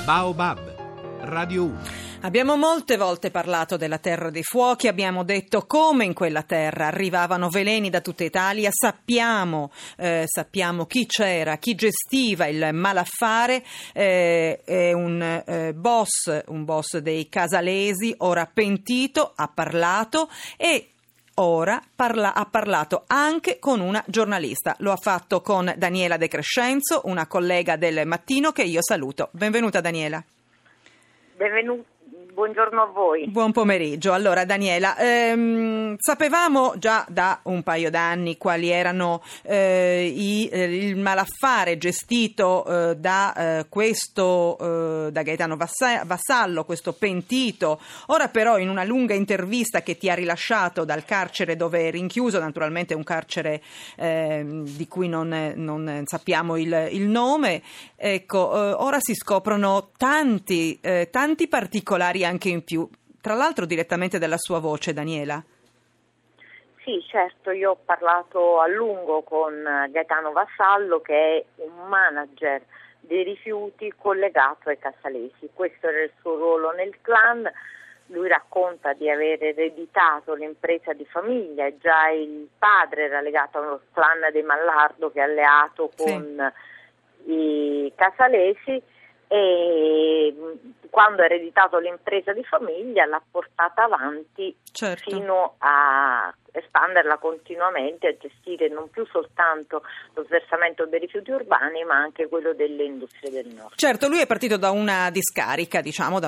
Baobab, Radio 1. Abbiamo molte volte parlato della Terra dei Fuochi, abbiamo detto come in quella terra arrivavano veleni da tutta Italia, sappiamo chi c'era, chi gestiva il malaffare, è un boss dei casalesi, ora pentito, ha parlato e ora ha parlato anche con una giornalista. Lo ha fatto con Daniela De Crescenzo, una collega del Mattino che io saluto. Benvenuta Daniela. Buongiorno a voi. Buon pomeriggio. Allora Daniela, sapevamo già da un paio d'anni quali erano il malaffare gestito da Gaetano Vassallo, questo pentito. Ora però in una lunga intervista che ti ha rilasciato dal carcere dove è rinchiuso, naturalmente un carcere di cui non sappiamo il nome, ecco, ora si scoprono tanti particolari anche in più, tra l'altro direttamente dalla sua voce, Daniela. Sì, certo, io ho parlato a lungo con Gaetano Vassallo, che è un manager dei rifiuti collegato ai casalesi. Questo era il suo ruolo nel clan. Lui racconta di aver ereditato l'impresa di famiglia, e già il padre era legato allo clan dei Mallardo, che è alleato con i casalesi, e quando ha ereditato l'impresa di famiglia l'ha portata avanti fino a espanderla continuamente, a gestire non più soltanto lo sversamento dei rifiuti urbani ma anche quello delle industrie del nord. Certo, lui è partito da una discarica,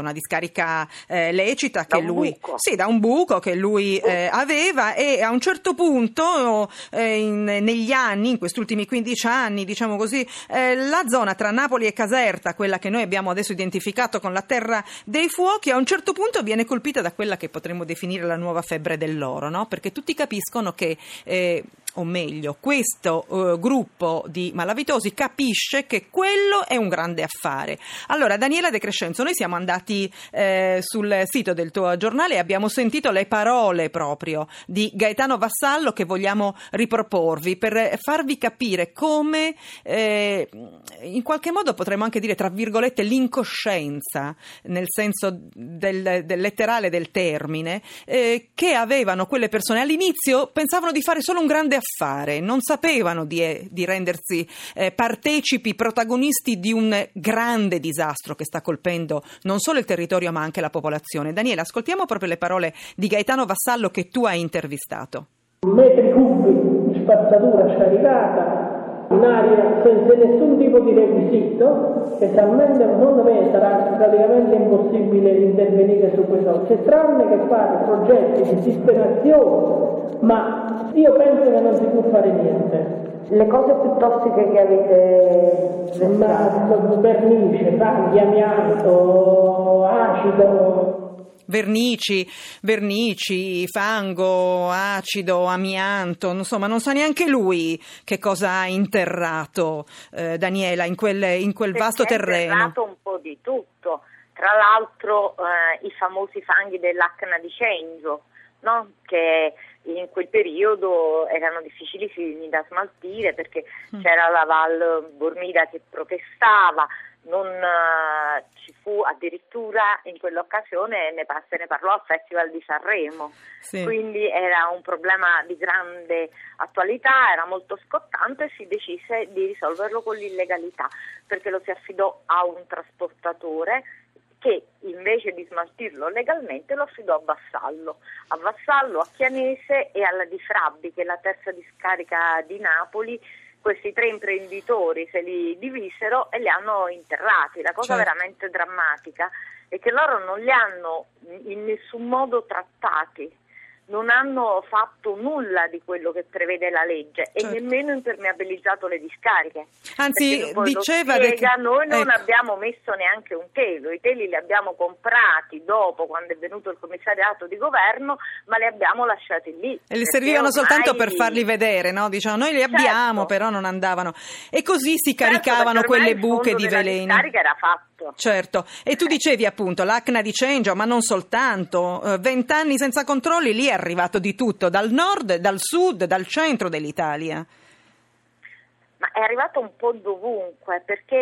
lecita che da un buco che lui aveva, e a un certo punto negli anni, in questi ultimi 15 anni, diciamo così, la zona tra Napoli e Caserta, quella che noi abbiamo adesso identificato con la Terra dei Fuochi, a un certo punto viene colpita da quella che potremmo definire la nuova febbre dell'oro, no? Perché tutti capiscono che, o meglio, questo gruppo di malavitosi capisce che quello è un grande affare. Allora, Daniela De Crescenzo, noi siamo andati sul sito del tuo giornale e abbiamo sentito le parole proprio di Gaetano Vassallo che vogliamo riproporvi per farvi capire come, in qualche modo potremmo anche dire, tra virgolette, l'incoscienza, nel senso del letterale del termine, che avevano quelle persone. All'inizio pensavano di fare solo un grande affare, non sapevano di rendersi partecipi, protagonisti di un grande disastro che sta colpendo non solo il territorio ma anche la popolazione. Daniela, ascoltiamo proprio le parole di Gaetano Vassallo che tu hai intervistato. Metri cubi di spazzatura scaricata in aria senza nessun tipo di requisito, che secondo me sarà praticamente impossibile intervenire su questo, c'è tranne che fare progetti di sistemazione, ma io penso che non si può fare niente. Le cose più tossiche che avete vernice, fanghi, amianto, acido, vernici, fango, acido, amianto, insomma non sa neanche lui che cosa ha interrato, Daniela, in quel vasto terreno. Ha interrato un po' di tutto, tra l'altro i famosi fanghi dell'Acna di Cenzo, no? Che in quel periodo erano difficilissimi da smaltire perché c'era la Val Bormida che protestava. Non ci fu addirittura in quell'occasione, se ne parlò al Festival di Sanremo, quindi era un problema di grande attualità, era molto scottante e si decise di risolverlo con l'illegalità, perché lo si affidò a un trasportatore che invece di smaltirlo legalmente lo affidò a Vassallo, a Chianese e alla Di Frabbi, che è la terza discarica di Napoli. Questi tre imprenditori se li divisero e li hanno interrati. La cosa veramente drammatica è che loro non li hanno in nessun modo trattati, non hanno fatto nulla di quello che prevede la legge e nemmeno impermeabilizzato le discariche. Anzi, noi non abbiamo messo neanche un telo, i teli li abbiamo comprati dopo, quando è venuto il commissariato di governo, ma li abbiamo lasciati lì. E li servivano soltanto per farli vedere, no? Diciamo, noi li abbiamo, però non andavano. E così si caricavano quelle buche di veleni. La discarica era fatta. Certo, e tu dicevi appunto l'Acna di Cenzo, ma non soltanto, 20 anni senza controlli, lì è arrivato di tutto, dal nord, dal sud, dal centro dell'Italia. Ma è arrivato un po' dovunque, perché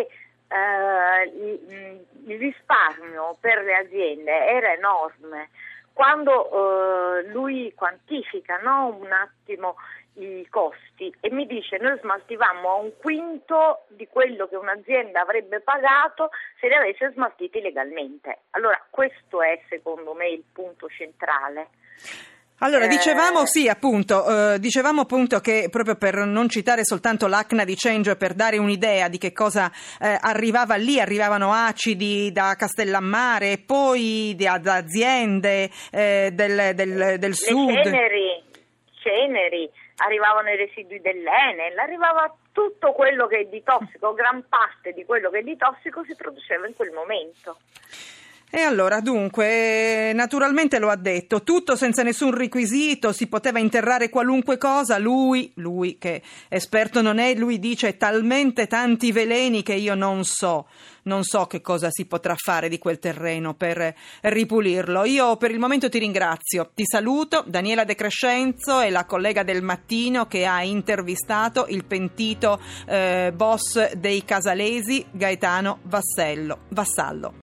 il risparmio per le aziende era enorme. Quando lui quantifica, no, un attimo i costi e mi dice: noi smaltivamo a un quinto di quello che un'azienda avrebbe pagato se li avesse smaltiti legalmente. Allora questo è secondo me il punto centrale. Allora, dicevamo appunto che proprio per non citare soltanto l'Acna di Cengio e per dare un'idea di che cosa arrivava lì, arrivavano acidi da Castellammare e poi da aziende del sud. Le ceneri, arrivavano i residui dell'Enel, arrivava tutto quello che è di tossico, gran parte di quello che è di tossico si produceva in quel momento. E allora, dunque, naturalmente lo ha detto, tutto senza nessun requisito, si poteva interrare qualunque cosa, lui che esperto non è, lui dice talmente tanti veleni che io non so che cosa si potrà fare di quel terreno per ripulirlo. Io per il momento ti ringrazio, ti saluto, Daniela De Crescenzo è la collega del Mattino che ha intervistato il pentito boss dei Casalesi, Gaetano Vassallo.